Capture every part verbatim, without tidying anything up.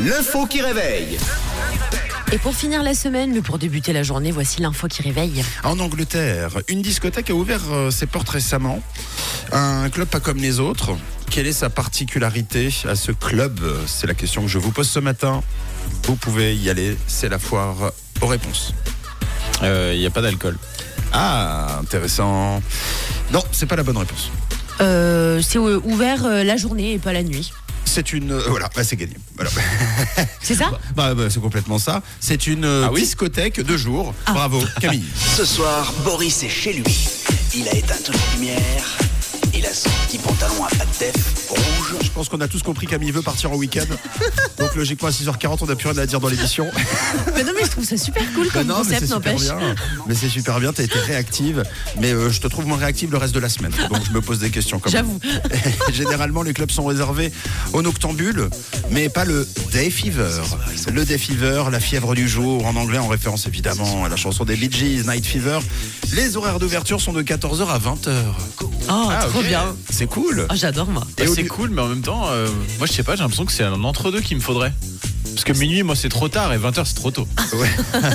L'info qui réveille. Et pour finir la semaine, mais pour débuter la journée, voici l'info qui réveille. En Angleterre, une discothèque a ouvert euh, ses portes récemment. Un club pas comme les autres. Quelle est sa particularité à ce club? C'est la question que je vous pose ce matin. Vous pouvez y aller, c'est la foire aux réponses. Il euh, n'y a pas d'alcool. Ah, intéressant. Non, c'est pas la bonne réponse. Euh, c'est euh, ouvert euh, la journée et pas la nuit. C'est une... Euh, voilà, bah, c'est gagné. Voilà. C'est ça? bah, bah, C'est complètement ça. C'est une euh, Ah oui discothèque de jour. Ah. Bravo, Camille. Ce soir, Boris est chez lui. Il a éteint toutes les lumières. Il a son petit pantalon à pattes def rouge. Je pense qu'on a tous compris Camille veut partir en week-end. Donc logiquement à six heures quarante, on n'a plus rien à dire dans l'émission. Mais non, mais je trouve ça super cool comme Bah non, mais concept, c'est super n'empêche. bien. Mais c'est super bien, t'as été réactive. Mais euh, je te trouve moins réactive le reste de la semaine. Donc je me pose des questions comme J'avoue. Généralement, les clubs sont réservés aux noctambules, mais pas le day fever. Le day fever, la fièvre du jour, en anglais, en référence évidemment à la chanson des Bee Gees, Night Fever. Les horaires d'ouverture sont de quatorze heures à vingt heures. Oh, Ah, trop ok. bien. C'est cool. Oh, j'adore, moi. Et Bah, au c'est lieu- cool, mais en même temps, euh, moi je sais pas, j'ai l'impression que c'est un entre-deux qu'il me faudrait. Parce que minuit, moi c'est trop tard et vingt heures c'est trop tôt. Ouais.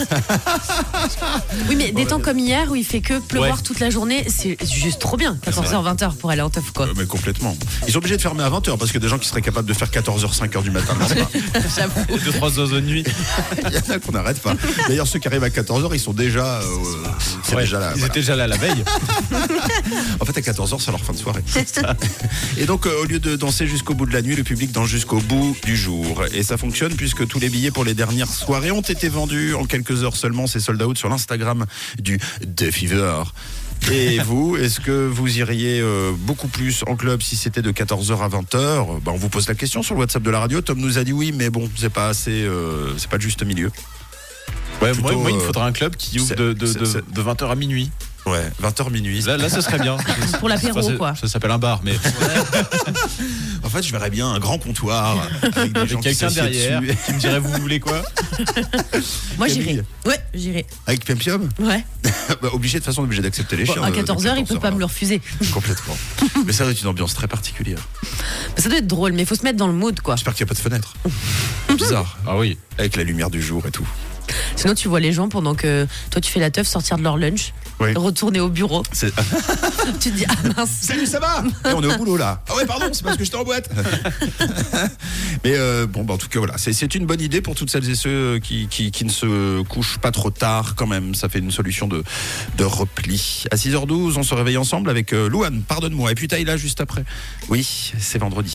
Oui, mais des temps comme hier où il fait que pleuvoir Ouais. toute la journée, c'est juste trop bien. quatorze heures, vingt heures pour aller en teuf, quoi. Euh, mais complètement. Ils sont obligés de fermer à vingt heures parce que des gens qui seraient capables de faire quatorze heures, cinq heures du matin. J'avoue. deux trois heures de nuit. Il y en a qu'on n'arrête pas. D'ailleurs, ceux qui arrivent à quatorze heures, ils sont déjà. Euh, c'est Ouais, déjà là. Ils Voilà. étaient déjà là la veille. En fait, à quatorze heures, c'est leur fin de soirée. Et donc, euh, au lieu de danser jusqu'au bout de la nuit, le public danse jusqu'au bout du jour. Et ça fonctionne puisque tous les billets pour les dernières soirées ont été vendus en quelques heures seulement. C'est sold out sur l'Instagram du The Fever. Et vous, est-ce que vous iriez euh, beaucoup plus en club si c'était de quatorze heures à vingt heures? Ben, on vous pose la question sur le WhatsApp de la radio. Tom nous a dit oui, mais bon, c'est pas assez, euh, c'est pas le juste milieu. Ouais, Plutôt, moi, moi, il me euh, faudrait un club qui ouvre c'est- de, de, c'est- de, c'est- de vingt heures à minuit. Ouais, vingt heures minuit. Là, là, ce serait bien. Pour l'apéro, Enfin, c'est- quoi. Ça s'appelle un bar, mais En fait, je verrais bien un grand comptoir avec des gens avec qui quelqu'un s'assiedent derrière dessus. qui me dirait vous voulez quoi? Moi, Camille. j'irai. Ouais, j'irai. Avec Pempium. Ouais. Bah, obligé de toute façon, obligé d'accepter les Bon, chiens. à de- de quatorze heures, il peut quatorze pas me le heures, refuser. hein. Complètement. Mais ça doit être une ambiance très particulière. Ça doit être drôle, mais il faut se mettre dans le mood, quoi. J'espère qu'il n'y a pas de fenêtre. Bizarre. Ah oui. Avec la lumière du jour et tout. Sinon, tu vois les gens pendant que toi, tu fais la teuf, sortir de leur lunch, Oui. retourner au bureau. C'est... Tu te dis, ah mince. Salut, ça va? Et on est au boulot là. Ah ouais, pardon, c'est parce que j'étais en boîte. Mais euh, bon, bah, en tout cas, voilà. C'est, c'est une bonne idée pour toutes celles et ceux qui, qui, qui ne se couchent pas trop tard quand même. Ça fait une solution de, de repli. À six heures douze, on se réveille ensemble avec euh, Louane, pardonne-moi. Et puis Taïla juste après. Oui, c'est vendredi.